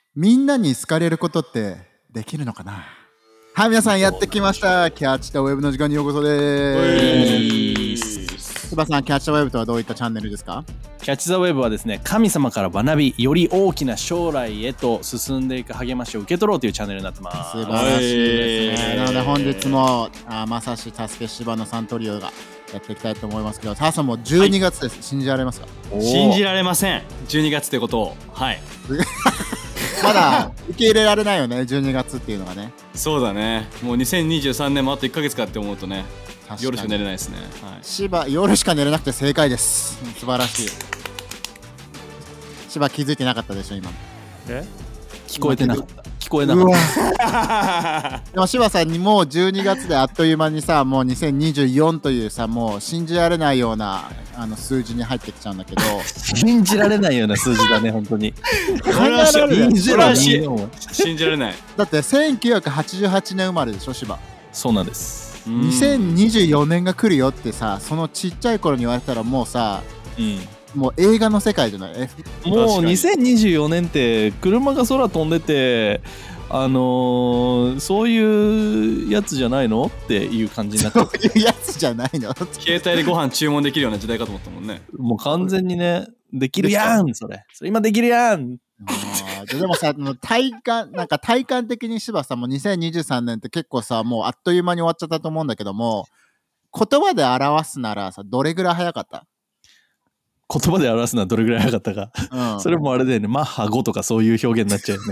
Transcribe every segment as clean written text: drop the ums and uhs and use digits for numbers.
みんなに好かれることってできるのかな。はい、皆さんやってきました。キャッチザウェブの時間にようこそです。柴さん、キャッチザウェブとはどういったチャンネルですか？ キャッチザウェブはですね、神様から学び、より大きな将来へと進んでいく励ましを受け取ろうというチャンネルになってます。 素晴らしいですね。なので本日もまさし助け柴の3トリオがやっていきたいと思いますけど、ターさんも12月です、はい、信じられますか？ 信じられません。12月ってことを、はいまだ受け入れられないよね、12月っていうのがね。 そうだね。もう2023年もあと1ヶ月かって思うとね、夜しか寝れないですね。 はい、夜しか寝れなくて正解です。素晴らしい。柴気づいてなかったでしょ今。 聞こえてなかった。聞こえなかった。 でも柴さんにもう12月であっという間にさ、もう2024というさ、もう信じられないような数字に入ってきちゃうんだけど信じられないような数字だね本当に。 信じられない。 だって1988年生まれでしょ柴。 そうなんです。 2024年が来るよってさ、そのちっちゃい頃に言われたらもうさ、もう映画の世界じゃない。 もう2024年って車が空飛んでてそういうやつじゃないのっていう感じになって。 そういうやつじゃないの携帯でご飯注文できるような時代かと思ったもんね。 もう完全にね、できるやん。それ今できるやん。 でもさ、体感的に柴さんも2023年って結構さ、もうあっという間に終わっちゃったと思うんだけども、言葉で表すならさ、どれぐらい早かった？ 言葉で表すのはどれぐらい早かったか、それもあれだよね、マッハ5とかそういう表現になっちゃうよね。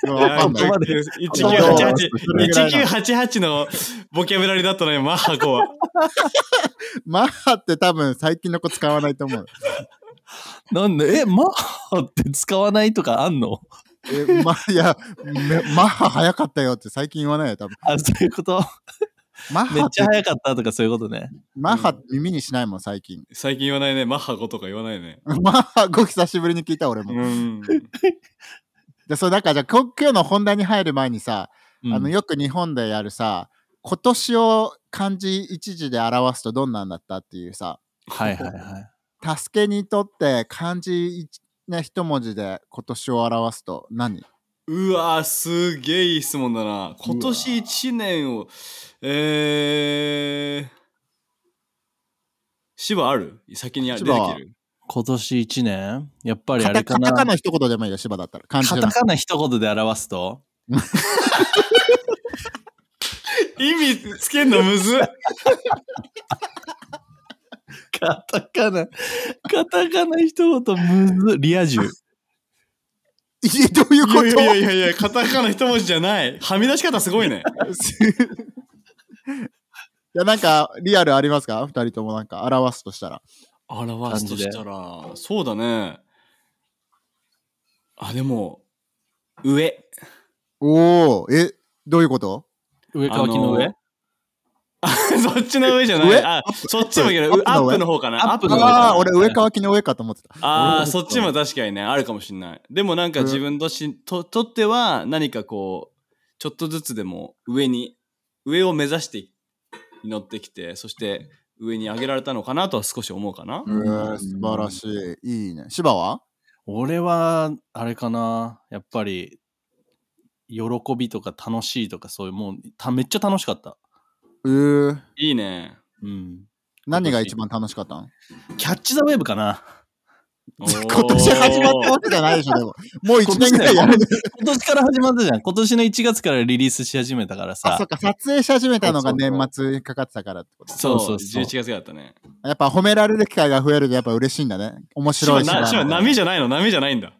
1988のボキャブラリーだったのよ、マッハ5は。 マッハって多分最近の子使わないと思う。 なんでマッハって使わないとかあんの？ いやマッハ早かったよって最近言わないよ多分。 そういうこと。めっちゃ早かったとかそういうことね。 マッハ耳にしないもん最近言わないね。マッハ5とか言わないね。 マッハ5久しぶりに聞いた俺も。で、そうだからじゃあ今日の本題に入る前にさ、よく日本でやるさ、今年を漢字一字で表すとどんなんだったっていうさ、助けにとって漢字一文字で今年を表すと何？ うわー、すげえいい質問だな。今年1年を柴ある？先に出てきる？ 今年1年やっぱりあれかな。 カタカナ一言でもいいよ柴だったら。 カタカナ一言で表すと意味つけんのむずっ。 カタカナ一言むずっ。リア充。 どういうこと？ いやカタカナ一文字じゃない。はみ出し方すごいね。 いやなんかリアルありますか？二人ともなんか表すとしたら。 そうだね。でも上。 おお、どういうこと？ 上乾きの上？ そっちの上じゃない。そっちもいけない。アップの方かな。アップの方。 俺上乾きの上かと思ってた。 そっちも確かにね、あるかもしれない。でもなんか自分とっては何かこうちょっとずつでも上を目指して祈ってきて、そして上に上げられたのかなとは少し思うかな。 素晴らしい。いいね。柴は？ 俺はあれかな、やっぱり喜びとか楽しいとか、そういうもうめっちゃ楽しかった。 いいね。 何が一番楽しかったの？ キャッチザウェブかな。 今年始まったわけじゃないでしょ。でももう1年ぐらいやる。 今年から始まったじゃん。今年の1月からリリースし始めたからさ。 そっか、撮影し始めたのが年末にかかってたからってこと。 そう11月だったね。 やっぱ褒められる機会が増えるとやっぱ嬉しいんだね。面白いし。 波じゃないの？波じゃないんだ。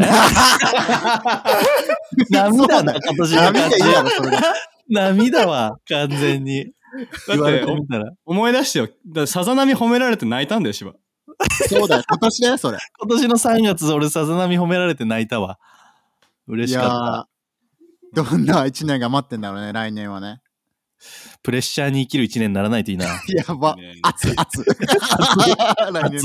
波だな、今年の感じ。波だわ、完全に。 だって思い出してよ。さざ波褒められて泣いたんだよ、柴。 そうだよ、今年だよ、それ。 今年の3月、俺さざ波褒められて泣いたわ。嬉しかった。どんな1年が待ってんだろうね、来年はね。 プレッシャーに生きる1年にならないといいな。 やば、熱。来年。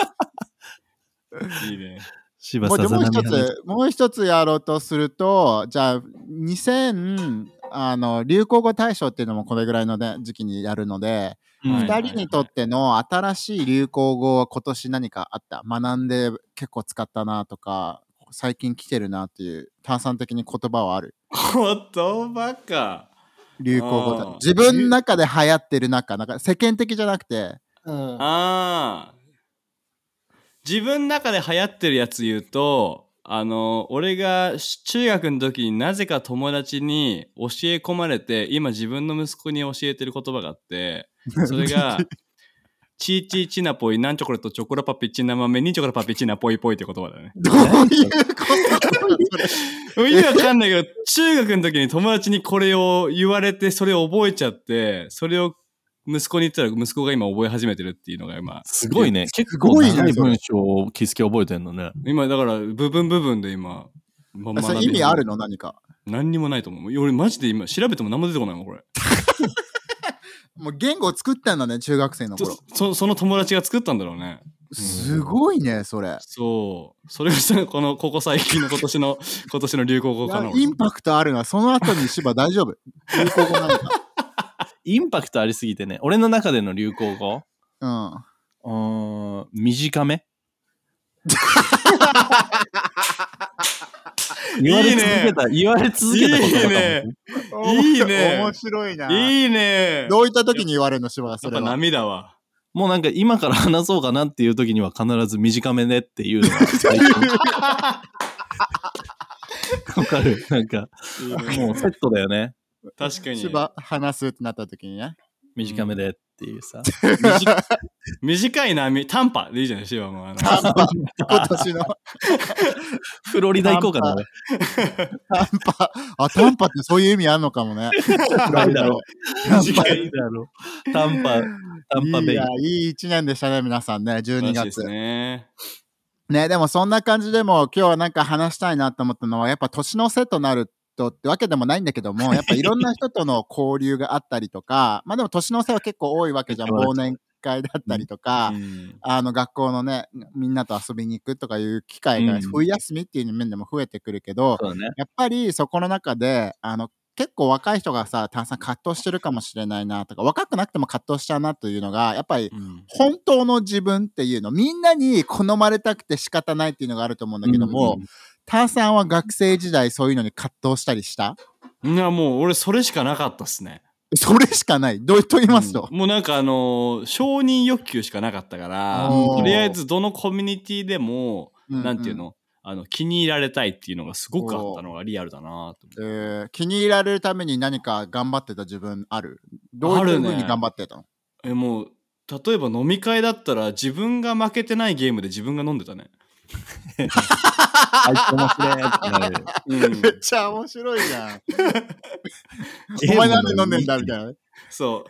いいね。 もう一つやろうとすると、じゃあ流行語大賞っていうのもこれぐらいの、時期にやるので、2人にとっての新しい流行語は今年何かあった？学んで結構使ったなとか、 最近来てるなっていう炭酸的に言葉はある？ 言葉か。 流行語だ。自分の中で流行ってる中、なんか世間的じゃなくて。 自分の中で流行ってるやつ言うと、俺が中学の時になぜか友達に教え込まれて、今自分の息子に教えてる言葉があって、それが、チーチーチナポイ、なんチョコレート、チョコラパピチナ豆にチョコラパピチナポイポイって言葉だよね。 どういうこと意味わかんないけど、中学の時に友達にこれを言われて、それを覚えちゃって、それを息子に言ったら息子が今覚え始めてるっていうのが今。 すごいね。結構長い文章を気付き覚えてんのね。 今だから部分で今。 それ意味あるの？何か。 何にもないと思う。俺マジで今調べても何も出てこないもんこれ。 もう言語を作ったんだね、中学生の頃。 その友達が作ったんだろうね。 すごいね、それ。 そう。それがさ、ここ最近の今年の流行語かな。 インパクトあるな。その後に芝大丈夫？流行語なのか。 インパクトありすぎてね。俺の中での流行語？短め言われ続けた言葉かも。 いいね。 面白いな。 いいね。 どういった時に言われるの？芝はそれは。 やっぱ涙は。 もうなんか今から話そうかなっていう時には必ず短めねっていうのはわかる？なんかもうセットだよね。 確かに。 芝話すってなった時にね。 短めでっていうさ。 短いな、短波でいいじゃない、芝も。 短波。今年の。 フロリダ行こうかな。 短波ってそういう意味あるのかもね。 短いだろ。短波ベイ。 いい1年でしたね、皆さんね、12月。 ですね。 ね、でもそんな感じでも今日はなんか話したいなと思ったのは、やっぱ年の瀬となるとってわけでもないんだけども、やっぱいろんな人との交流があったりとか、まあでも年の瀬は結構多いわけじゃん。忘年会だったりとか、学校のね、みんなと遊びに行くとかいう機会が冬休みっていう面でも増えてくるけど、やっぱりそこの中で、結構若い人がさ、炭酸葛藤してるかもしれないなとか、若くなくても葛藤しちゃうなというのが、やっぱり本当の自分っていうの、みんなに好まれたくて仕方ないっていうのがあると思うんだけども、炭酸は学生時代そういうのに葛藤したりした？ いや、もう俺それしかなかったっすね。 それしかない。どうと言いますと、 もうなんか承認欲求しかなかったから、とりあえずどのコミュニティでも、なんていうの、気に入られたいっていうのがすごくあったのがリアルだなと。 気に入られるために何か頑張ってた自分ある？どういう風に頑張ってたの？ もう例えば飲み会だったら自分が負けてないゲームで自分が飲んでたね。 あいつ面白いってなる。 めっちゃ面白いじゃん。お前なんで飲んでんだみたいな。 そう。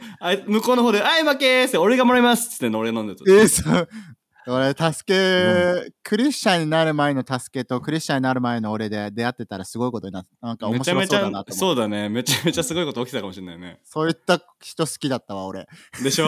向こうの方で、はい負けーって俺がもらいますって俺飲んでた。 そう。俺、クリスチャンになる前の助けとクリスチャンになる前の俺で出会ってたらすごいことになって、なんか面白そうだなと思って。 そうだね。めちゃめちゃすごいこと起きたかもしれないね。 そういった人好きだったわ、俺。 でしょ？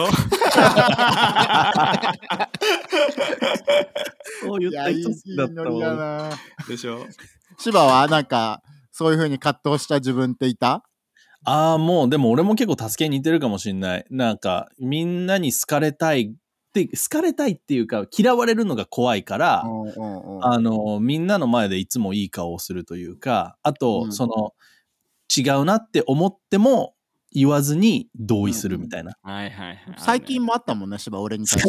そういった人好きだったわ。 でしょ？ 芝はなんか、そういう風に葛藤した自分っていた？ もう、でも俺も結構助けに似てるかもしんない。なんか、みんなに好かれたいっていうか、嫌われるのが怖いから、みんなの前でいつもいい顔をするというか、あと、違うなって思っても言わずに同意するみたいな。 最近もあったもんね、芝、俺に対して。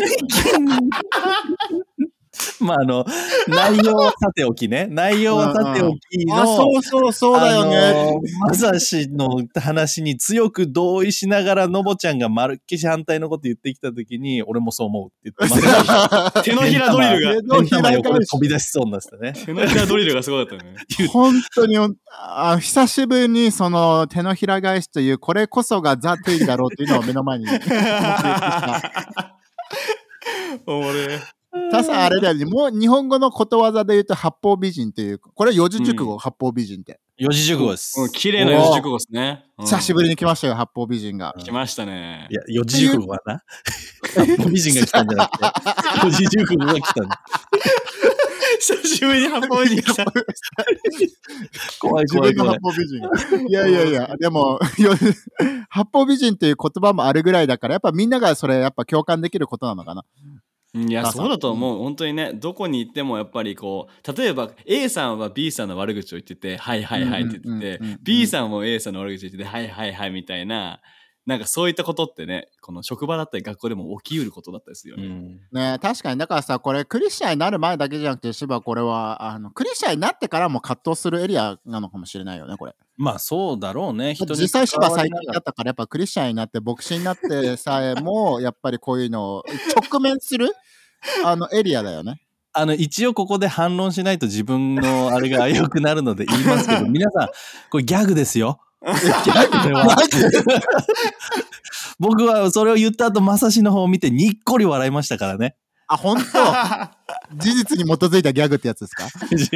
まあ内容はさておきね。内容はさておきの、 そうだよね。 まさしの話に強く同意しながら、のぼちゃんがまるっきし反対のこと言ってきたときに、俺もそう思うって言ってま手のひらドリルが。 手のひら横で飛び出しそうになってたね。 手のひらドリルがすごかったね。 本当に、久しぶりにその手のひら返しという、これこそがザ・トゥイだろうっていうのを目の前に。 おもれ。 たさあれだよね。もう日本語のことわざで言うと八方美人っていう、これ四字熟語、八方美人って。 四字熟語です。 綺麗な四字熟語ですね。 久しぶりに来ましたよ、八方美人が。 来ましたね。 いや、四字熟語はな。八方美人が来たんじゃなくて、四字熟語が来たんだ。 久しぶりに八方美人来た。 怖い。 自分の八方美人。いや、でも、八方美人っていう言葉もあるぐらいだから、やっぱみんながそれやっぱ共感できることなのかな。 いや、そうだと思う。本当にね、どこに行ってもやっぱりこう、例えば A さんは B さんの悪口を言ってて、はいはいはいって言ってて、B さんも A さんの悪口を言ってて、はいはいはいみたいな、なんかそういったことってね、この職場だったり学校でも起きうることだったりするよね。 ね、確かにだからさ、これクリスチャンになる前だけじゃなくて、芝これはクリスチャンになってからも葛藤するエリアなのかもしれないよね、これ。 まあそうだろうね。 実際芝最近だったから、やっぱクリスチャンになって牧師になってさえもやっぱりこういうのを直面するエリアだよね。 一応ここで反論しないと自分のあれが良くなるので言いますけど、皆さん、これギャグですよ。ギャグは僕はそれを言った後、まさしの方を見てにっこり笑いましたからね。 あ、本当事実に基づいたギャグってやつですか？ 事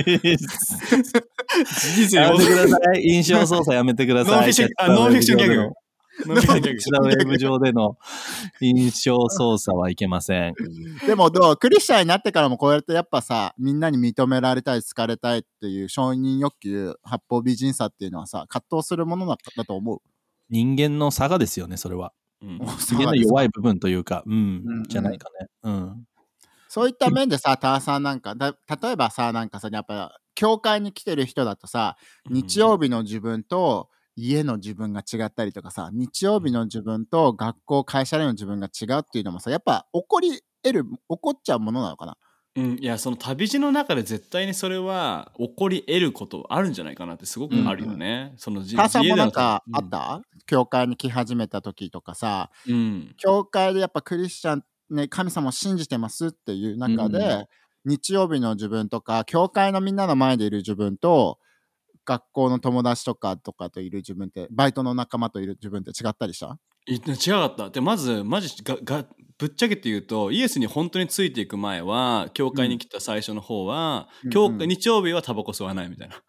実やめてください。印象操作やめてください。 ノンフィクションギャグ。 ウェブ上での印象操作はいけません。 でもクリスチャンになってからもこうやってやっぱさ、みんなに認められたい、好かれたいっていう承認欲求、八方美人さっていうのはさ、葛藤するものだと思う。 人間の差がですよね、それは。人間の弱い部分というか、じゃないかね。 そういった面でさ、ターさんなんか、例えばさ、なんかさ、やっぱ教会に来てる人だとさ、日曜日の自分と家の自分が違ったりとかさ、日曜日の自分と学校、会社での自分が違うっていうのもさ、やっぱ起こっちゃうものなのかな？ いや、その旅路の中で絶対にそれは起こり得ることあるんじゃないかなってすごくあるよね。そのターさんもなんかあった？教会に来始めた時とかさ、教会でやっぱクリスチャンね、神様を信じてますっていう中で、日曜日の自分とか教会のみんなの前でいる自分と学校の友達とかといる自分って、バイトの仲間といる自分って違ったりした？ 違かった。でマジぶっちゃけて言うと、イエスに本当についていく前は、教会に来た最初の方は、日曜日はタバコ吸わないみたいな。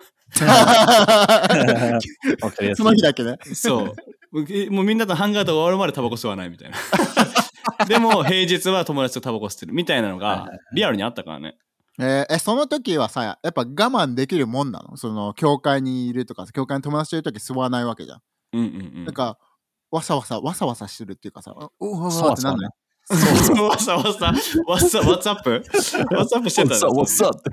その日だけね。 そう。もうみんなとハンガーと終わるまでタバコ吸わないみたいな。でも平日は友達とタバコ吸ってるみたいなのがリアルにあったからね。 その時はさ、やっぱ我慢できるもんなの？その教会にいるとか、教会に友達といる時吸わないわけじゃん。なんかわさわさしてるっていうかさ、 そうってなんだよ。 わさわさ WhatsApp してたの。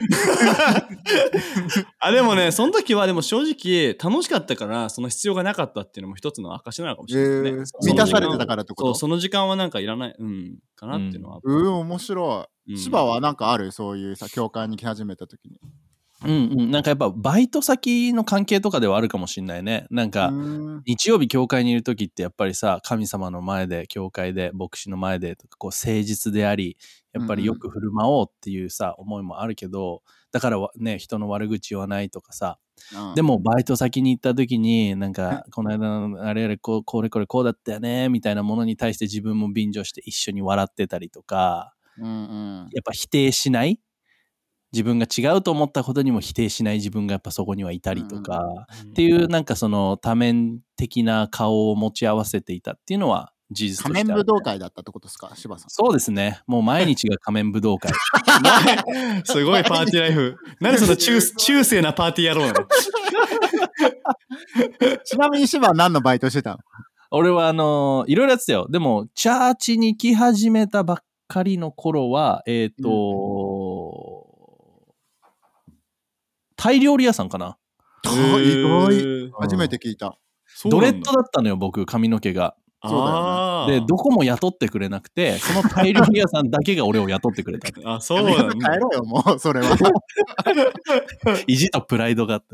でもね、その時はでも正直楽しかったから、その必要がなかったっていうのも一つの証なのかもしれないね。 満たされてたからってこと？ そう、その時間はなんかいらない、かなっていうのは。 面白い。芝はなんかある？そういうさ、教会に来始めた時に。 なんかやっぱバイト先の関係とかではあるかもしんないね。なんか日曜日教会にいる時ってやっぱりさ、神様の前で、教会で、牧師の前でとか、こう誠実であり、やっぱりよく振る舞おうっていうさ、思いもあるけど、だからね、人の悪口言わないとかさ、でもバイト先に行った時になんかこの間のあれこれこうだったよねみたいなものに対して自分も便乗して一緒に笑ってたりとか、やっぱ否定しない、自分が違うと思ったことにも否定しない自分がやっぱそこにはいたりとか、っていうなんかその多面的な顔を持ち合わせていたっていうのは事実としてある、ね。 仮面武道会だったってことですか、柴さん？ そうですね。もう毎日が仮面武道会。 すごいパーティーライフ。何その中世なパーティー野郎なの？ ちなみに柴は何のバイトしてたの？ 俺はいろいろやってたよ。でもチャーチに来始めたばっかりの頃はタイ料理屋さんかな。 意外。初めて聞いた。 ドレッドだったのよ、僕、髪の毛が。 そうだよね。で、どこも雇ってくれなくて、そのタイ料理屋さんだけが俺を雇ってくれた。 そうなんだ。 帰ろうよ、もう、それは。 意地とプライドがあって。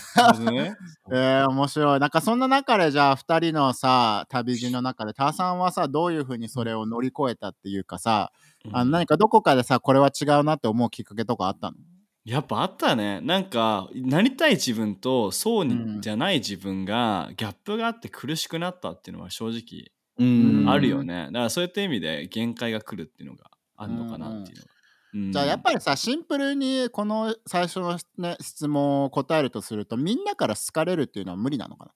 面白い。なんかそんな中で、じゃあ、2人のさ、旅路の中で、ターさんはさ、どういうふうにそれを乗り越えたっていうかさ、何かどこかでさ、これは違うなって思うきっかけとかあったの？ やっぱあったね。なんかなりたい自分とそうじゃない自分がギャップがあって苦しくなったっていうのは正直あるよね。だからそういった意味で限界が来るっていうのがあるのかなっていうのが。 じゃあやっぱりさ、シンプルにこの最初の、ね、質問を答えるとすると、みんなから好かれるっていうのは無理なのかな？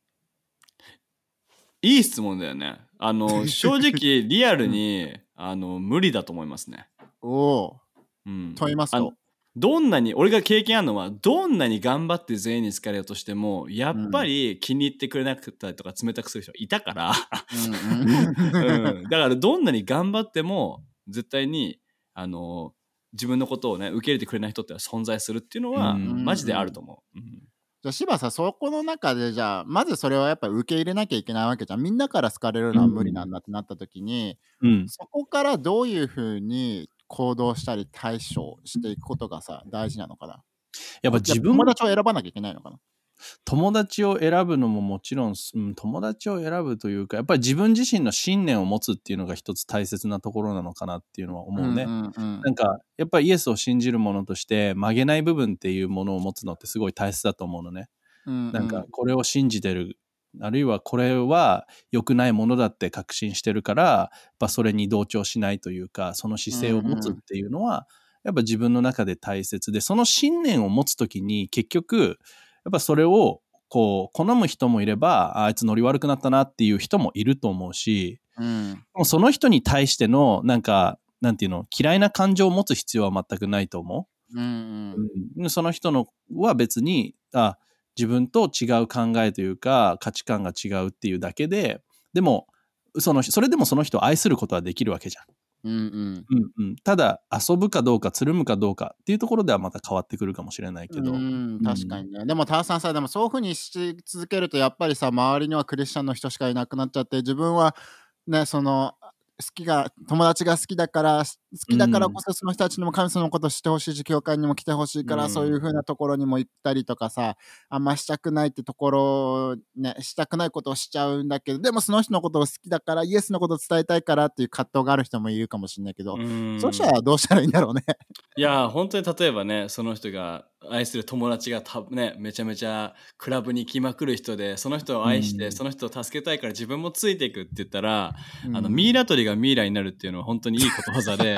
いい質問だよね。正直リアルに無理だと思いますね。 と言いますと、 どんなに俺が経験あるのは、どんなに頑張って全員に好かれようとしてもやっぱり気に入ってくれなかったりとか冷たくする人いたからだからどんなに頑張っても絶対に自分のことをね受け入れてくれない人って存在するっていうのは、マジであると思う。 じゃあ柴さ、そこの中でじゃあまずそれはやっぱ受け入れなきゃいけないわけじゃん。みんなから好かれるのは無理なんだってなった時に、そこからどういうふうに行動したり対処していくことがさ大事なのかな。 やっぱ自分友達を選ばなきゃいけないのかな。 友達を選ぶのももちろん、友達を選ぶというか、やっぱり自分自身の信念を持つっていうのが一つ大切なところなのかなっていうのは思うね。なんかやっぱりイエスを信じるものとして曲げない部分っていうものを持つのってすごい大切だと思うのね。なんかこれを信じてる、あるいはこれは良くないものだって確信してるから、やっぱそれに同調しないというか、その姿勢を持つっていうのはやっぱ自分の中で大切で、その信念を持つときに結局やっぱそれをこう好む人もいれば、あいつノリ悪くなったなっていう人もいると思うし、もうその人に対してのなんていうの、嫌いな感情を持つ必要は全くないと思う。その人のは別に自分と違う考えというか価値観が違うっていうだけで、でもそれでもその人を愛することはできるわけじゃん。ただ遊ぶかどうかつるむかどうかっていうところではまた変わってくるかもしれないけど、 確かにね。でもターさんさ、でもそういうふうにし続けるとやっぱりさ、周りにはクリスチャンの人しかいなくなっちゃって、自分はね、その友達が好きだからこそその人たちにも神様のことを知ってほしいし、教会にも来てほしいから、そういう風なところにも行ったりとかさ、あんましたくないってところね、したくないことをしちゃうんだけど、でもその人のことを好きだからイエスのことを伝えたいからっていう葛藤がある人もいるかもしれないけど、そうしたらどうしたらいいんだろうね。 いや本当に例えばね、その人が愛する友達がめちゃめちゃクラブに行きまくる人で、その人を愛して、その人を助けたいから自分もついていくって言ったら、ミイラ取りがミイラになるっていうのは本当にいいことわざで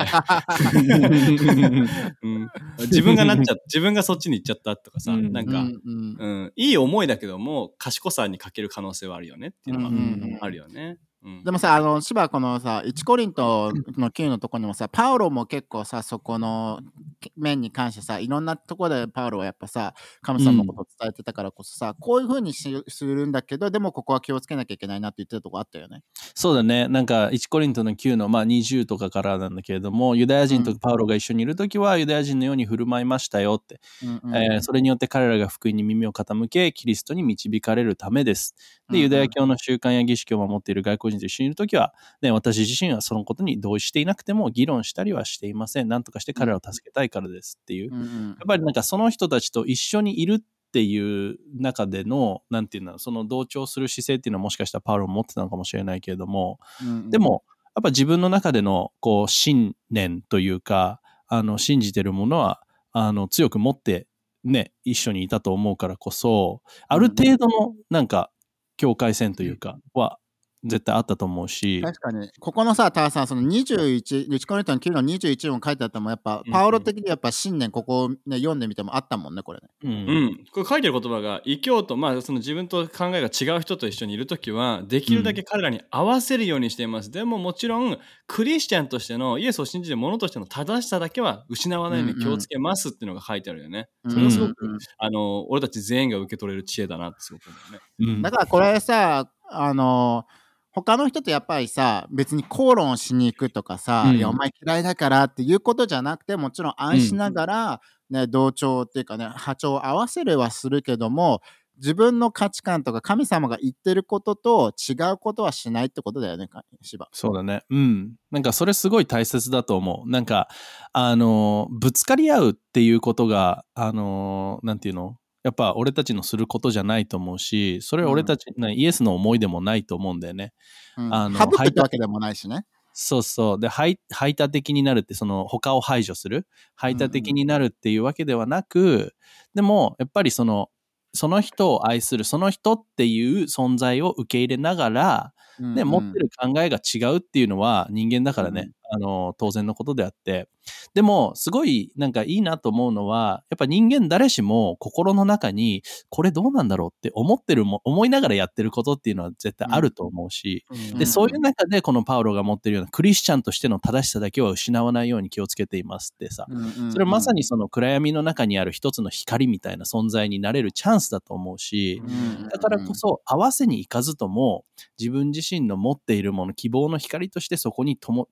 自分がそっちに行っちゃったとかさ、なんか、いい思いだけども賢さに欠ける可能性はあるよねっていうのはあるよね。 でもさ、柴このさ、1コリントの9のとこにもさ、パウロも結構さ、そこの面に関してさ、いろんなところでパウロはやっぱさ、神様のことを伝えてたからこそさ、こういう風にするんだけど、でもここは気をつけなきゃいけないなって言ってたとこあったよね。 そうだね。なんか1コリントの9の20とかからなんだけれども、ユダヤ人とパウロが一緒にいるときはユダヤ人のように振る舞いましたよって、それによって彼らが福音に耳を傾け、キリストに導かれるためです。で、ユダヤ教の習慣や儀式を守っている外国人と一緒にいるときは、私自身はそのことに同意していなくても議論したりはしていません。なんとかして彼らを助けたいからですっていう。やっぱりなんかその人たちと一緒にいるっていう中での、なんていうの、その同調する姿勢っていうのはもしかしたらパウロも持ってたのかもしれないけれども、でも、やっぱ自分の中でのこう信念というか、信じてるものは強く持ってね、一緒にいたと思うからこそ、ある程度のなんか境界線というかは絶対あったと思うし、 確かにここのさ、ターさん、その21、1コリントの9の21も書いてあったもん、やっぱ、パウロ的にやっぱ信念、ここを、ね、読んでみてもあったもんね、これね。 これ書いてる言葉が、異教と、その自分と考えが違う人と一緒にいるときは、できるだけ彼らに合わせるようにしています。でももちろん、クリスチャンとしての、イエスを信じる者としての正しさだけは失わないように気をつけますっていうのが書いてあるよね。それはすごく、俺たち全員が受け取れる知恵だなってすごく思うね。だからこれさ、他の人とやっぱりさ、別に口論しに行くとかさ、いやお前嫌いだからっていうことじゃなくて、もちろん愛しながら、ね、同調っていうかね、波長を合わせれはするけども、自分の価値観とか神様が言ってることと違うことはしないってことだよね、柴。 そうだね。なんかそれすごい大切だと思う。なんか、ぶつかり合うっていうことが、なんていうの？やっぱ俺たちのすることじゃないと思うし、それは俺たち、イエスの思いでもないと思うんだよね。 省くってわけでもないしね。 そうそう。で、排他的になるって、その他を排除する。排他的になるっていうわけではなく、でも、やっぱりその人を愛する、その人っていう存在を受け入れながら、で、持ってる考えが違うっていうのは人間だからね、当然のことであって。でも、すごいなんかいいなと思うのは、やっぱ人間誰しも心の中に、これどうなんだろうって思いながらやってることっていうのは絶対あると思うし、で、そういう中でこのパウロが持ってるようなクリスチャンとしての正しさだけは失わないように気をつけていますってさ、それはまさにその暗闇の中にある一つの光みたいな存在になれるチャンスだと思うし、だからこそ合わせに行かずとも自分自身の持っているもの、希望の光としてそこに立ち続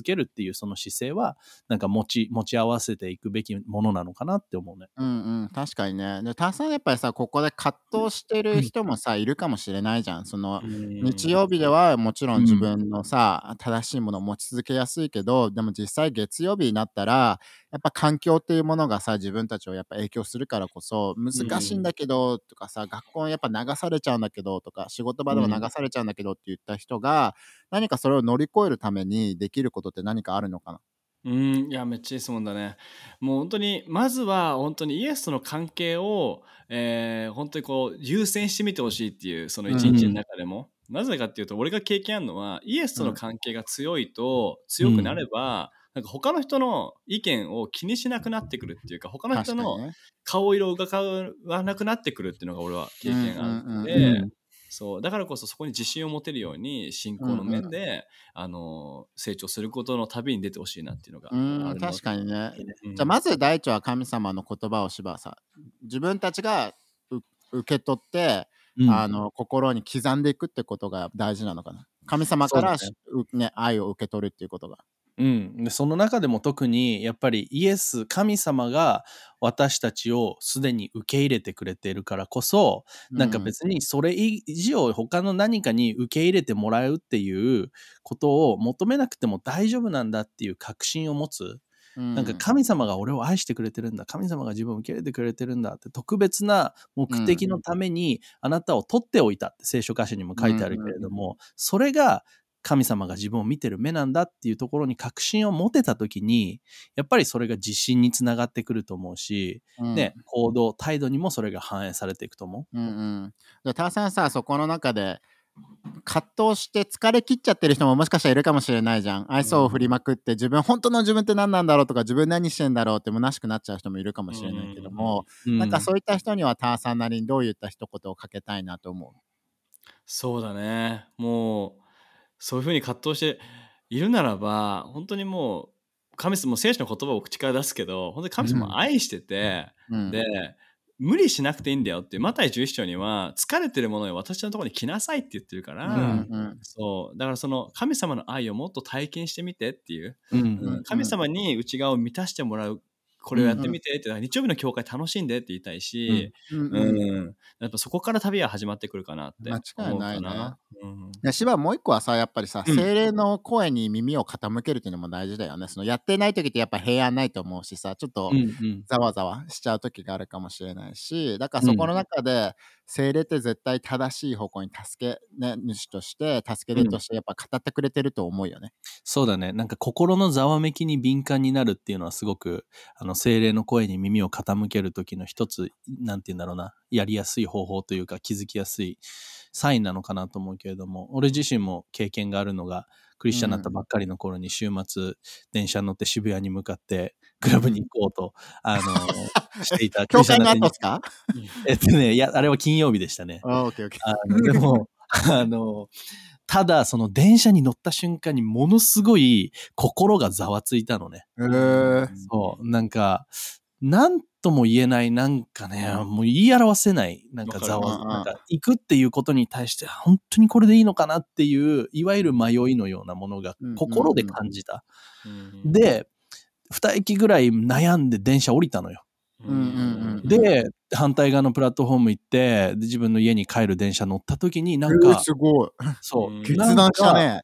けるっていうその姿勢はなんか持ち合わせていくべきものなのかなって思うね。 確かにね。で、たくさんやっぱりさ、ここで葛藤してる人もさ、いるかもしれないじゃん。その、日曜日ではもちろん自分のさ、正しいものを持ち続けやすいけど、でも実際月曜日になったら、やっぱ環境っていうものがさ、自分たちをやっぱ影響するからこそ、難しいんだけどとかさ、学校やっぱ流されちゃうんだけどとか、仕事場でも流されちゃうんだけどって言った人が、何かそれを乗り越えるためにできることって何かあるのかな？ いや、めっちゃいい質問だね。もう本当に、まずは本当にイエスとの関係を、本当にこう、優先してみてほしいっていう、その一日の中でも。なぜかっていうと、俺が経験あるのは、イエスとの関係が強くなれば、なんか他の人の意見を気にしなくなってくるっていうか、他の人の顔色を伺わなくなってくるっていうのが俺は経験があるので、そうだからこそそこに自信を持てるように信仰の面で、成長することの旅に出てほしいなっていうのがあるの。 確かにね。じゃあまず第一は神様の言葉をしばさ、自分たちが受け取って、心に刻んでいくってことが大事なのかな。神様から、愛を受け取るっていうことが。 でその中でも特にやっぱり神様が私たちをすでに受け入れてくれているからこそ、なんか別にそれ以上他の何かに受け入れてもらうっていうことを求めなくても大丈夫なんだっていう確信を持つ。なんか神様が俺を愛してくれてるんだ、神様が自分を受け入れてくれてるんだって特別な目的のためにあなたを取っておいたって聖書箇所にも書いてあるけれども、それが神様が自分を見てる目なんだっていうところに確信を持てた時に、やっぱりそれが自信につながってくると思うし、行動態度にもそれが反映されていくと思う。 でターさんさ、そこの中で葛藤して疲れ切っちゃってる人ももしかしたらいるかもしれないじゃん。愛想を振りまくって本当の自分って何なんだろうとか、自分何してんだろうって虚しくなっちゃう人もいるかもしれないけども、なんかそういった人にはターさんなりにどういった一言をかけたいなと思う？ そうだね。もうそういうふうに葛藤しているならば、本当にもう神様、聖書の言葉を口から出すけど、本当に神様を愛してて、で無理しなくていいんだよっていう、マタイ11章には疲れてるものを私のところに来なさいって言ってるから、そうだからその神様の愛をもっと体験してみてっていう、神様に内側を満たしてもらう、これをやってみてって、日曜日の教会楽しんでって言いたいし、やっぱそこから旅は始まってくるかなって思うかな。 芝もう一個はさ、やっぱりさ、精霊の声に耳を傾けるっていうのも大事だよね。そのやってない時ってやっぱ平安ないと思うしさ、ちょっとざわざわしちゃう時があるかもしれないし、だからそこの中で精霊って絶対正しい方向に助け、主として助け手としてやっぱ語ってくれてると思うよね。 そうだね。なんか心のざわめきに敏感になるっていうのはすごく精霊の声に耳を傾ける時の一つ、なんて言うんだろうな、やりやすい方法というか気づきやすいサインなのかなと思うけれども、俺自身も経験があるのが、クリスチャンになったばっかりの頃に週末電車に乗って渋谷に向かってクラブに行こうと、していた。 教会の後ですか？ いや、あれは金曜日でしたね。でも、ただその電車に乗った瞬間にものすごい心がざわついたのね。そう、なんかなんとも言えない、なんかね、もう言い表せない、なんかなんか行くっていうことに対して本当にこれでいいのかなっていう、いわゆる迷いのようなものが心で感じた。で、2駅ぐらい悩んで電車降りたのよ。で、反対側のプラットフォーム行って、自分の家に帰る電車乗った時になんか、 すごい。 そう、 決断したね。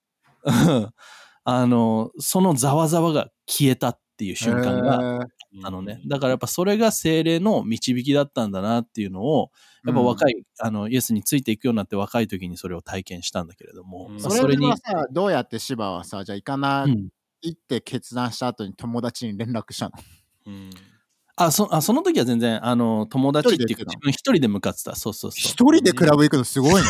そのざわざわが消えたっていう瞬間がね。だからやっぱそれが聖霊の導きだったんだなっていうのを、やっぱ若い、イエスについていくようになって若い時にそれを体験したんだけれども。 それはさ、どうやって芝はさ、じゃあ行かないって決断した後に友達に連絡したの？ その時は全然、友達っていうか自分一人で向かってた。そう。一人でクラブ行くのすごいね。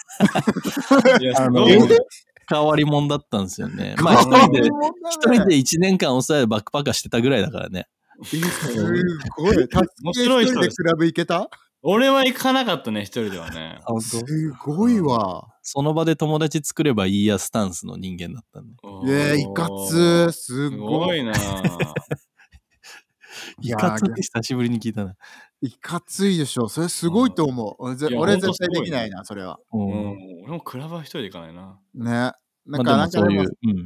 変わり者だったんですよね。まあ一人で1年間抑えバックパッカーしてたぐらいだからね。 すごい。面白い人でクラブ行けた？ 俺は行かなかったね、一人ではね。 すごいわ。 その場で友達作ればいいやスタンスの人間だったんで。いかつ、すごいな。 いかつって久しぶりに聞いたな。 いかついでしょ。それすごいと思う。俺絶対できないな、それは。 俺もクラブは一人で行かないな。 ね。 なんかそういう。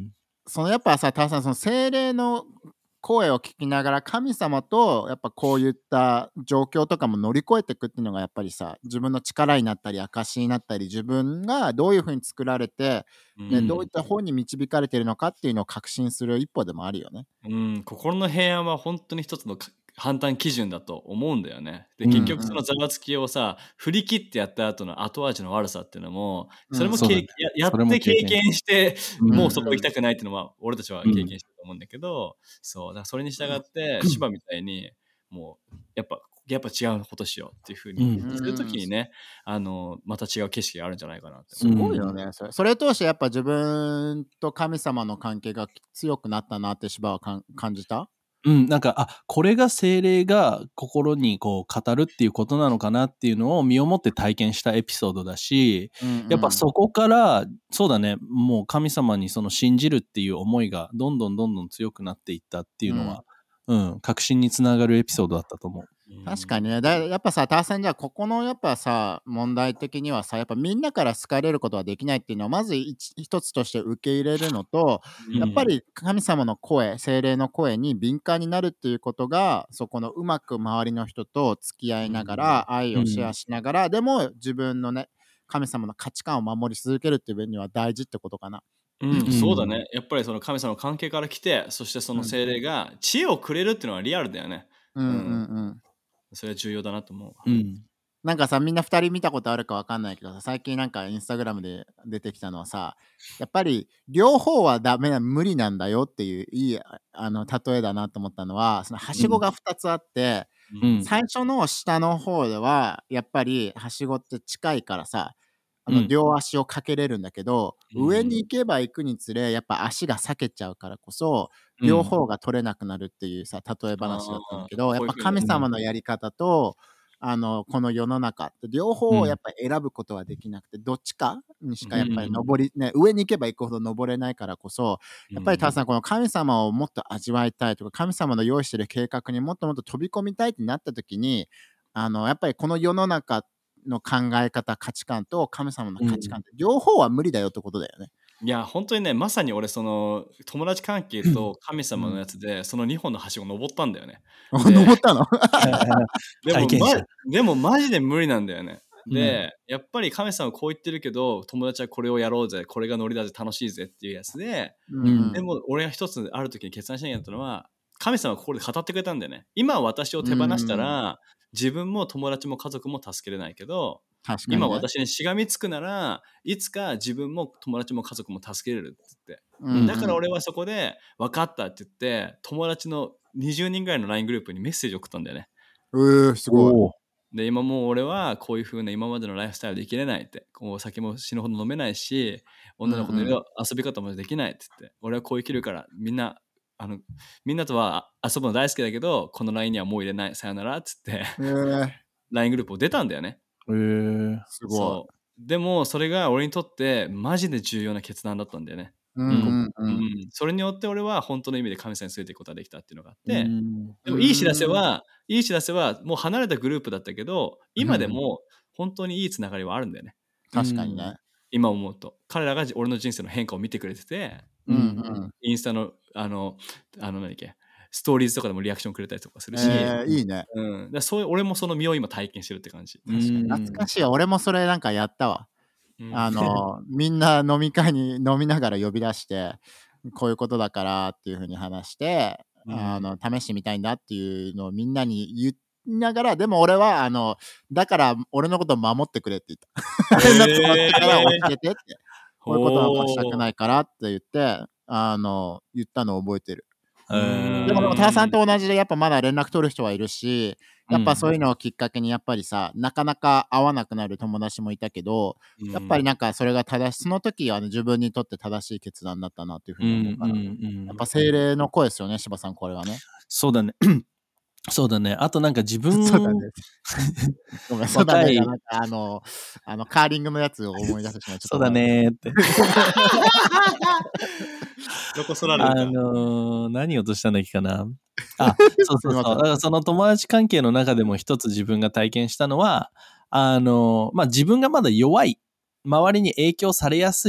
そのやっぱさ、ターさん、その精霊の声を聞きながら神様とやっぱこういった状況とかも乗り越えていくっていうのがやっぱりさ、自分の力になったり証になったり、自分がどういうふうに作られて、ね、どういった方に導かれているのかっていうのを確信する一歩でもあるよね。 心の平安は本当に一つの判断基準だと思うんだよね。で、結局そのざわつきをさ、振り切ってやった後の後味の悪さっていうのも、それもやって経験して、もうそこ行きたくないっていうのは、俺たちは経験してると思うんだけど、そう、だからそれに従って、芝みたいに、もう、やっぱ違うことしようっていうふうにするときにね、また違う景色があるんじゃないかなって。 すごいよね。それ通してやっぱ自分と神様の関係が強くなったなって芝は感じた？ なんか、これが精霊が心にこう語るっていうことなのかなっていうのを身をもって体験したエピソードだし、やっぱそこから、そうだね、もう神様にその信じるっていう思いがどんどん強くなっていったっていうのは、確信につながるエピソードだったと思う。 確かにね。やっぱさ、ターさんじゃあここのやっぱさ、問題的にはさ、やっぱみんなから好かれることはできないっていうのはまず一つとして受け入れるのと、やっぱり神様の声、精霊の声に敏感になるっていうことが、そこのうまく周りの人と付き合いながら、愛をシェアしながら、でも自分のね、神様の価値観を守り続けるっていう上には大事ってことかな。 そうだね。やっぱりその神様の関係から来て、そしてその精霊が知恵をくれるっていうのはリアルだよね。それは重要だなと思う。 なんかさ、みんな2人見たことあるか分かんないけどさ、最近なんかインスタグラムで出てきたのはさ、やっぱり両方は無理なんだよっていういい例えだなと思ったのは、そのはしごが2つあって、最初の下の方ではやっぱりはしごって近いからさ、両足をかけれるんだけど、上に行けば行くにつれやっぱ足が裂けちゃうからこそ、両方が取れなくなるっていうさ、例え話だったんだけど、やっぱ神様のやり方と、この世の中って両方をやっぱり選ぶことはできなくて、どっちかにしかやっぱり上に行けば行くほど登れないからこそ、やっぱりターさん、この神様をもっと味わいたいとか、神様の用意している計画にもっともっと飛び込みたいってなった時に、やっぱりこの世の中の考え方、価値観と神様の価値観って両方は無理だよってことだよね。 いや、本当にね、まさに俺、その、友達関係と神様のやつで、その2本のはしご登ったんだよね。 登ったのでも、マジで無理なんだよね。で、やっぱり神様こう言ってるけど、友達はこれをやろうぜ、これがノリだぜ、楽しいぜっていうやつで、でも、俺が一つある時に決断しなきゃいけないのは、神様はここで語ってくれたんだよね。今私を手放したら、自分も友達も家族も助けれないけど、今私にしがみつくならいつか自分も友達も家族も助けれるって言って、だから俺はそこで分かったって言って友達の20人ぐらいの LINE グループにメッセージを送ったんだよね。 すごい。で今もう俺はこういう風な今までのライフスタイルで生きれないって、こう酒も死ぬほど飲めないし女の子の遊び方もできないって言って、俺はこう生きるからみんなとは遊ぶの大好きだけどこの LINE にはもう入れない、さよならっつって、LINE グループを出たんだよね。 すごい。でもそれが俺にとってマジで重要な決断だったんだよね。それによって俺は本当の意味で神様についていくことができたっていうのがあって、でもいい知らせはもう離れたグループだったけど、今でも本当にいいつながりはあるんだよね。 確かにね。 今思うと彼らが俺の人生の変化を見てくれてて、インスタの何だっけ、ストーリーズとかでもリアクションくれたりとかするし、 いいね。 俺もその身を今体験してるって感じ。 懐かしい。俺もそれなんかやったわ。みんな飲み会に飲みながら呼び出して、こういうことだからっていうふうに話して、試してみたいんだっていうのをみんなに言いながら、でも俺はだから俺のことを守ってくれって言った。変なことだったから教えてって、こういうことはしたくないからって言って言ったのを覚えてる。でもターさんと同じでやっぱまだ連絡取る人はいるし、やっぱそういうのをきっかけにやっぱりさ、なかなか会わなくなる友達もいたけど、やっぱりなんかそれがその時は自分にとって正しい決断だったなっていうふうに思うから、やっぱ精霊の声ですよね、柴さん、これはね。 そうだね。そうだね。あとなんか自分そうだね。ごめん、そうだね。なんかカーリングのやつを思い出してしまう。 そうだねって。 ロコソラール何をとしたんだっけかな。そう。その友達関係の中でも一つ自分が体験したのは、自分がまだ弱い、周りに影響されやすい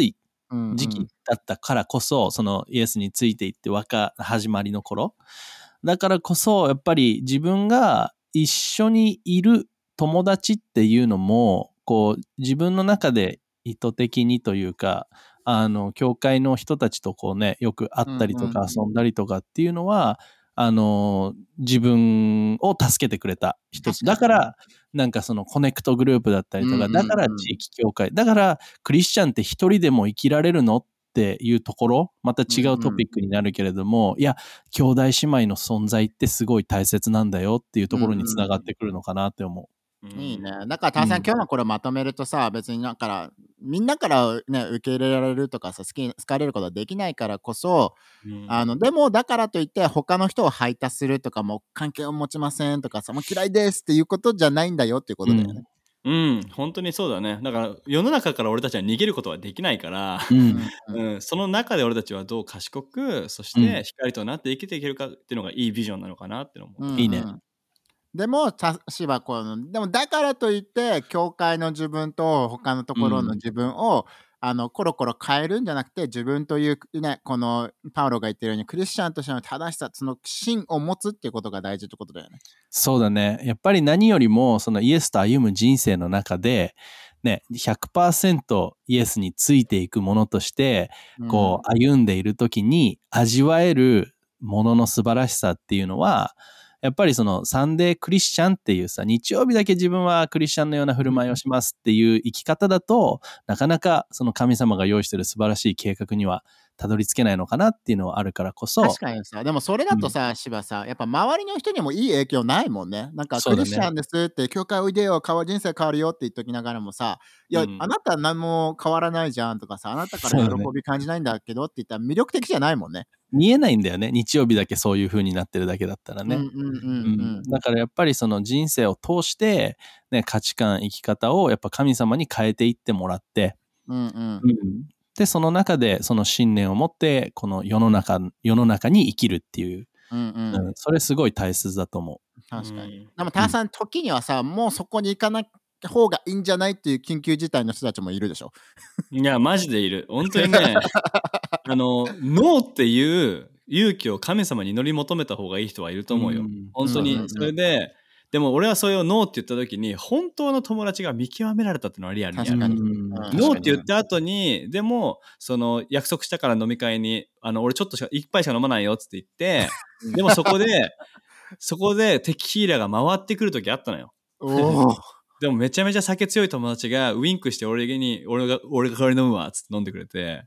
時期だったからこそ、そのイエスについていって始まりの頃。だからこそ、やっぱり自分が一緒にいる友達っていうのも、こう、自分の中で意図的にというか、教会の人たちとこうね、よく会ったりとか遊んだりとかっていうのは、自分を助けてくれた一つ。だから、なんかそのコネクトグループだったりとか、だから地域教会、だからクリスチャンって一人でも生きられるのっていうところ、また違うトピックになるけれども、いや、兄弟姉妹の存在ってすごい大切なんだよっていうところにつながってくるのかなって思う。 いいね。だから、タワさん、今日のこれまとめるとさ、別にだから、みんなからね、受け入れられるとかさ、好かれることはできないからこそ、でも、だからといって、他の人を排他するとか、もう関係を持ちませんとかさ、もう嫌いですっていうことじゃないんだよっていうことだよね。 本当にそうだね。だから、世の中から俺たちは逃げることはできないから、その中で俺たちはどう賢く、そして光となって生きていけるかっていうのがいいビジョンなのかなって思う。 いいね。 でも、でもだからといって、教会の自分と他のところの自分を、コロコロ変えるんじゃなくて、自分というね、このパウロが言ってるように、クリスチャンとしての正しさ、その芯を持つっていうことが大事ってことだよね。 そうだね。やっぱり何よりも、そのイエスと歩む人生の中で、ね、100% イエスについていくものとして、こう、歩んでいるときに味わえるものの素晴らしさっていうのは、やっぱりそのサンデークリスチャンっていうさ、日曜日だけ自分はクリスチャンのような振る舞いをしますっていう生き方だと、なかなかその神様が用意している素晴らしい計画にはたどり着けないのかなっていうのはあるからこそ。 確かにさ、でもそれだとさ、芝さ、やっぱ周りの人にもいい影響ないもんね。なんかクリスチャンですって、教会おいでよ、人生変わるよって言っときながらもさ、いや、あなた何も変わらないじゃんとかさ、あなたから喜び感じないんだけどって言ったら魅力的じゃないもんね。 見えないんだよね。日曜日だけそういう風になってるだけだったらね。だからやっぱりその人生を通して、ね、価値観、生き方をやっぱ神様に変えていってもらって、で、その中でその信念を持って、この世の中に生きるっていう、それすごい大切だと思う。 確かに。でも、タワさん、時にはさ、もうそこに行かない方がいいんじゃないっていう緊急事態の人たちもいるでしょ。 いや、マジでいる。本当にね、ノーっていう勇気を神様に祈り求めた方がいい人はいると思うよ。本当に。それで、でも俺はそれをノーって言った時に、本当の友達が見極められたっていうのはリアルにある。ノーって言った後に、でも、その約束したから飲み会に、俺ちょっと一杯しか飲まないよって言って、でもそこでテキーラが回ってくる時あったのよ。でもめちゃめちゃ酒強い友達がウィンクして俺が代わり飲むわっつって飲んでくれて。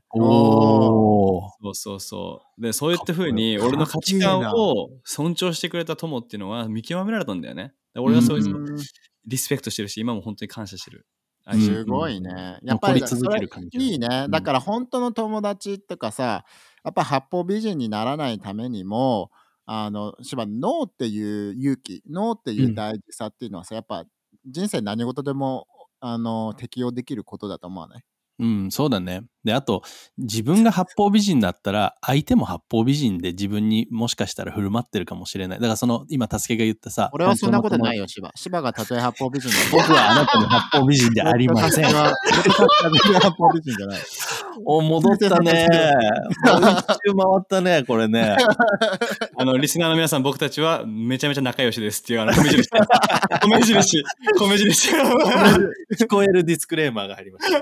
そうで、そういった風に俺の価値観を尊重してくれた友っていうのは見極められたんだよね。俺はそういうリスペクトしてるし、今も本当に感謝してる。 すごいね。やっぱりそれいいね。だから本当の友達とかさ、やっぱ八方美人にならないためにも、ノーっていう勇気、ノーっていう大事さっていうのはさ、やっぱ人生何事でも適用できることだと思わない？ そうだね。で、あと、自分が八方美人だったら、相手も八方美人で自分にもしかしたら振る舞ってるかもしれない。だからその、今、たすけが言ったさ。 俺はそんなことないよ、芝がたとえ八方美人だ僕はあなたの八方美人でありません。八方美人じゃない。 戻ったね。もう一周回ったね、これね。 リスナーの皆さん、僕たちはめちゃめちゃ仲良しですっていう米印。米印。 聞こえるディスクレーマーが入りました。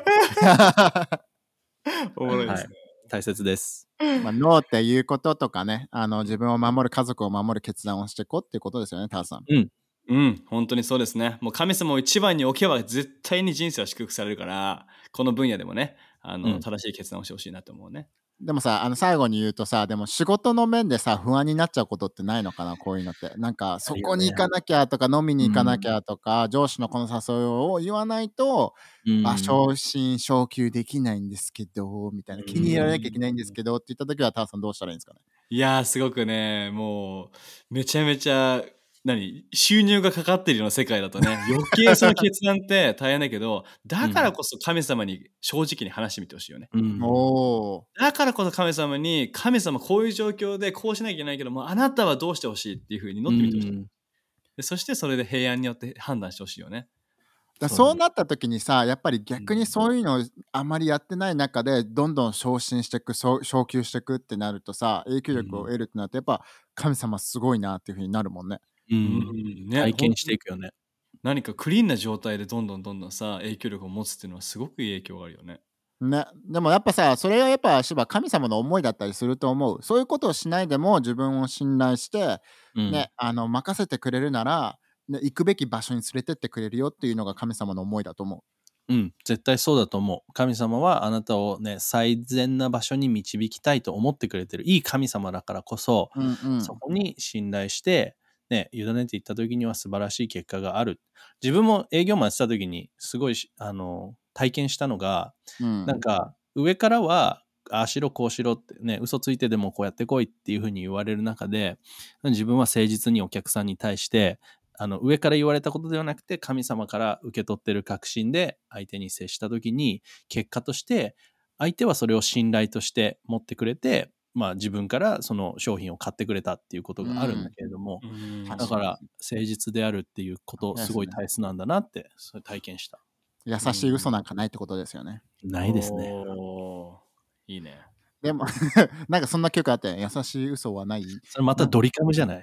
おもろいですね。 大切です。 ノーっていうこととかね、自分を守る、家族を守る決断をしていこうっていうことですよね、タワさん。 本当にそうですね。もう神様を一番に置けば絶対に人生は祝福されるから、この分野でもね、正しい決断をしてほしいなと思うね。 でもさ、最後に言うとさ、でも仕事の面でさ、不安になっちゃうことってないのかな、こういうのって。なんか、そこに行かなきゃとか、飲みに行かなきゃとか、上司のこの誘いを言わないと、昇進昇給できないんですけど、みたいな、気に入らなきゃいけないんですけどって言った時は、タワさんどうしたらいいんですかね？ いやー、すごくね、もう、めちゃめちゃ、収入がかかってるような世界だとね、余計その決断って大変だけど、だからこそ神様に正直に話してみてほしいよね。だからこそ神様に、神様こういう状況でこうしなきゃいけないけども、あなたはどうしてほしいっていう風に乗ってみてほしい。でそしてそれで平安によって判断してほしいよね。 そうなった時にさ、やっぱり逆にそういうのをあまりやってない中でどんどん昇進していく、昇級していくってなるとさ、影響力を得るってなるとやっぱ神様すごいなっていうふうになるもんね。 ね、体験していくよね。 何かクリーンな状態でどんどんさ影響力を持つっていうのはすごくいい影響があるよね。 ね、でもやっぱさ、それはやっぱ神様の思いだったりすると思う。そういうことをしないでも自分を信頼して、ね、任せてくれるなら、ね、行くべき場所に連れてってくれるよっていうのが神様の思いだと思う。絶対そうだと思う。神様はあなたをね、最善な場所に導きたいと思ってくれてる。いい神様だからこそ、そこに信頼して、ね、委ねていった時には素晴らしい結果がある。自分も営業マンやってた時にすごい体験したのが、なんか上からはああしろこうしろってね、嘘ついてでもこうやってこいっていうふうに言われる中で、自分は誠実にお客さんに対して上から言われたことではなくて神様から受け取ってる確信で相手に接した時に、結果として相手はそれを信頼として持ってくれて、まあ自分からその商品を買ってくれたっていうことがあるんだけれども、だから誠実であるっていうことすごい大切なんだなってそれ体験した。 優しい嘘なんかないってことですよね。 ないですね。 いいね。 でもなんかそんな曲あって優しい嘘はない。 それまたドリカムじゃない。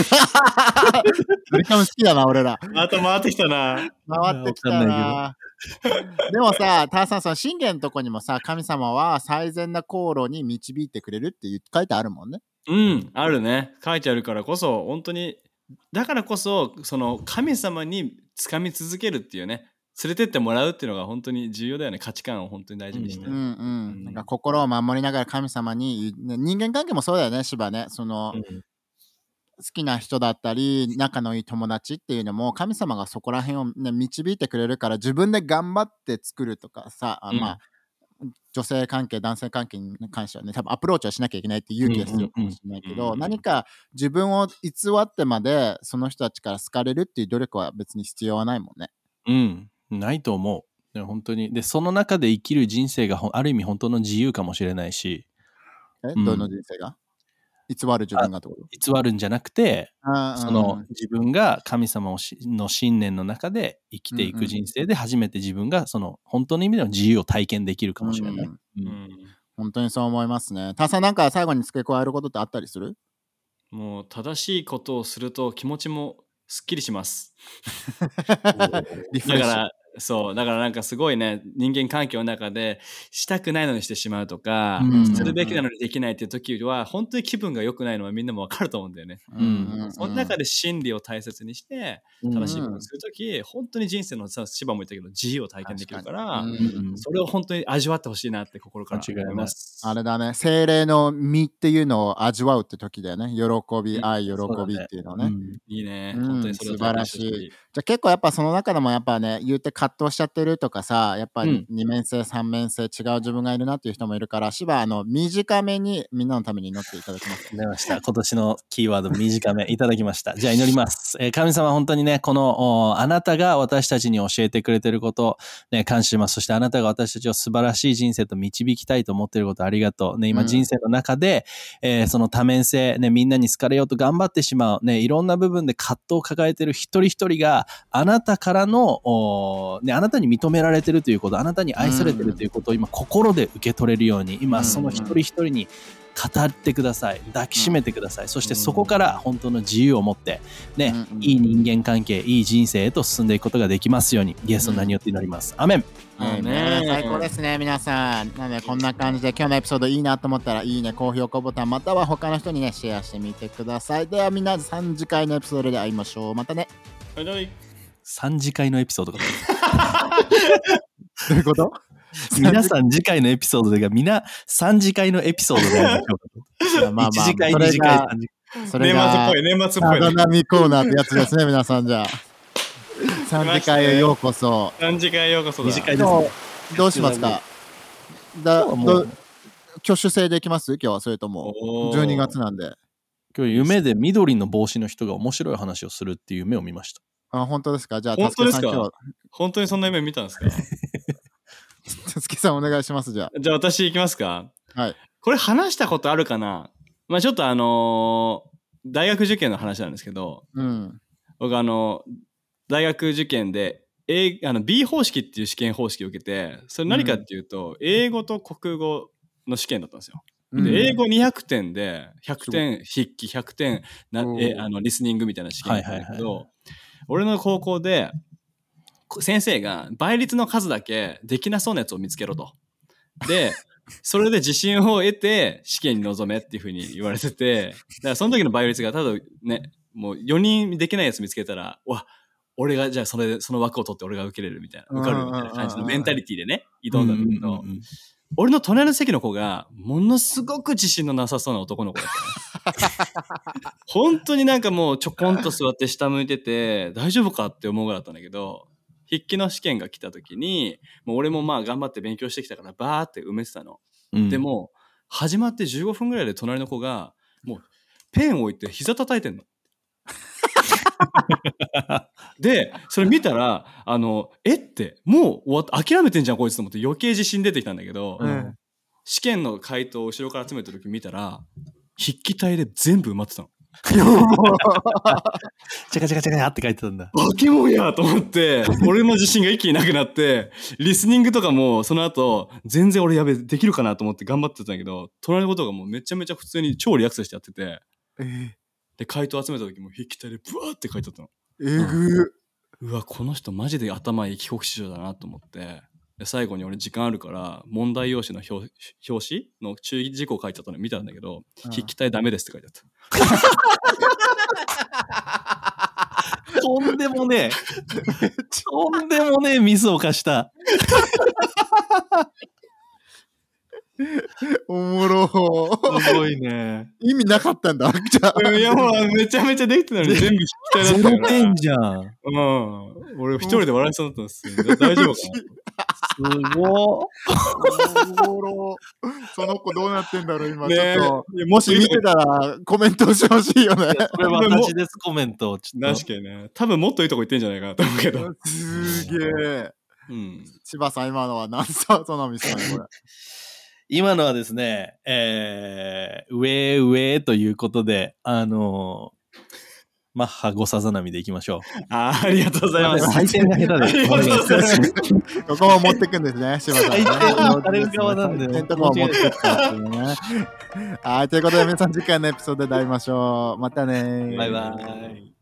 ドリカム好きだな俺ら。 また回ってきたな。 回ってきたな。でもさ、ターさん、その信玄のとこにもさ、神様は最善な航路に導いてくれるって書いてあるもんね。 あるね。書いてあるからこそ、本当に、だからこそ、その神様に掴み続けるっていうね、連れてってもらうっていうのが本当に重要だよね。価値観を本当に大事にして。 なんか心を守りながら神様に、人間関係もそうだよね、芝ね。その、好きな人だったり仲のいい友達っていうのも神様がそこら辺を、ね、導いてくれるから自分で頑張って作るとかさ、まあ女性関係男性関係に関してはね多分アプローチはしなきゃいけないって勇気が必要かもしれないけど、何か自分を偽ってまでその人たちから好かれるっていう努力は別に必要はないもんね。 ないと思う。本当に。でその中で生きる人生がある意味本当の自由かもしれないし。 どの人生が偽る自分がってこと？ 偽るんじゃなくて、その自分が神様の信念の中で生きていく人生で初めて自分がその本当の意味での自由を体験できるかもしれない。 本当にそう思いますね。タさんなんか最後に付け加えることってあったりする？ もう正しいことをすると気持ちもすっきりします。だからなんかすごいね、人間関係の中でしたくないのにしてしまうとか、するべきなのにできないっていう時は本当に気分が良くないのはみんなもわかると思うんだよね。その中で真理を大切にして正しいことをするとき、本当に人生の芝も言ったけど自由を体験できるから、それを本当に味わってほしいなって心から思います。 あれだね、精霊の実っていうのを味わうって時だよね。喜び、愛、喜びっていうのね。 いいね。本当にそれ素晴らしい。じゃあ結構やっぱその中でもやっぱね、言って葛藤しちゃってるとかさ、やっぱり二面性、三面性違う自分がいるなっていう人もいるから、芝短めにみんなのために祈っていただきます。 出ました。今年のキーワード短めいただきました。じゃあ祈ります。神様本当にね、このあなたが私たちに教えてくれてること、ね、感謝します。そしてあなたが私たちを素晴らしい人生と導きたいと思っていることありがとう。ね、今人生の中で、その多面性、ね、みんなに好かれようと頑張ってしまう、ね、いろんな部分で葛藤を抱えている一人一人があなたからの、ね、あなたに認められているということ、あなたに愛されているということを今心で受け取れるように、今その一人一人に語ってください。抱きしめてください。そしてそこから本当の自由を持って、ね、いい人間関係、いい人生へと進んでいくことができますように、イエスの名によって祈ります。アメン。 最高ですね、皆さん。なので、こんな感じで今日のエピソードいいなと思ったら、いいね、高評価ボタン、または他の人にね、シェアしてみてください。では、みんな3次会のエピソードで会いましょう。またね。 3次会のエピソードか。 どういうこと？ 皆さん次回のエピソードでみんな3次会のエピソードでやりましょう。1次会、2次会、3次会。それが年末っぽい。 さざ波コーナーってやつですね、皆さんじゃあ。3次会へようこそ。 3次会へようこそだ。 2次会ですね。 どうしますか？挙手制でいきます？今日はそれとも12月なんで。 今日夢で緑の帽子の人が面白い話をするっていう夢を見ました。 あ、本当ですか？じゃあ、 本当ですか？本当にそんな夢見たんですか？ たすけさんお願いします。じゃあ私行きますか？ はい。 これ話したことあるかな？まあちょっと大学受験の話なんですけど、僕大学受験で B 方式っていう試験方式を受けて、それ何かっていうと、英語と国語の試験だったんですよ。で英語200点で100点筆記100点リスニングみたいな試験だったんだけど、俺の高校で先生が倍率の数だけできなそうなやつを見つけろと。でそれで自信を得て試験に臨めっていう風に言われてて、だからその時の倍率がただね、もう4人できないやつ見つけたら、俺がじゃあその枠を取って俺が受けれるみたいな、受かるみたいな感じのメンタリティでね挑んだんだけど、俺の隣の席の子がものすごく自信のなさそうな男の子だったね。本当になんかもうちょこんと座って下向いてて大丈夫かって思うぐらいだったんだけど、筆記の試験が来た時にもう俺もまあ頑張って勉強してきたからバーって埋めてたの、でも始まって15分ぐらいで隣の子がもうペンを置いて膝叩いてんの。でそれ見たらってもう終わった諦めてんじゃんこいつと思って余計自信出てきたんだけど、試験の回答を後ろから集めた時見たら筆記体で全部埋まってたの。 チャカチャカチャカって書いてたんだ。 バケモンやと思って俺の自信が一気になくなってリスニングとかもその後全然俺やべできるかなと思って頑張ってたんだけど、隣のことがもうめちゃめちゃ普通に超リラックスしてやってて、で回答集めた時も筆記体でブワーって書いてあったの。うわこの人マジで頭いい帰国子女だなと思って、で最後に俺時間あるから問題用紙の表紙の注意事項書いてあったの見たんだけど、筆記体ダメですって書いてあった。 とんでもねえミスを犯した。 おもろー。すごいね。 意味なかったんだ。じゃあいやもうめちゃめちゃできてたのに全部引きたいだったから。 0点じゃん。 俺一人で笑いそうだったんですよ。大丈夫かな。 すごおもろ。その子どうなってんだろう今、ね、ちょっともし見てたらコメントしてほしいよね。 これ私ですコメント。 確かにね。多分もっといいとこ行ってんじゃないかなと思うけど。 すげえ。千葉さん今のは何さそのみさんこれ。 今のはですね、上ということで、マッハ5さざ波でいきましょう。 ありがとうございます。 採点が下手です。 ここを持ってくんですね、柴さん、ね。 採点のあれ側なんでね。 とこを持ってくんですね。はい、ということで皆さん次回のエピソードで会いましょう。またね。 バイバイ。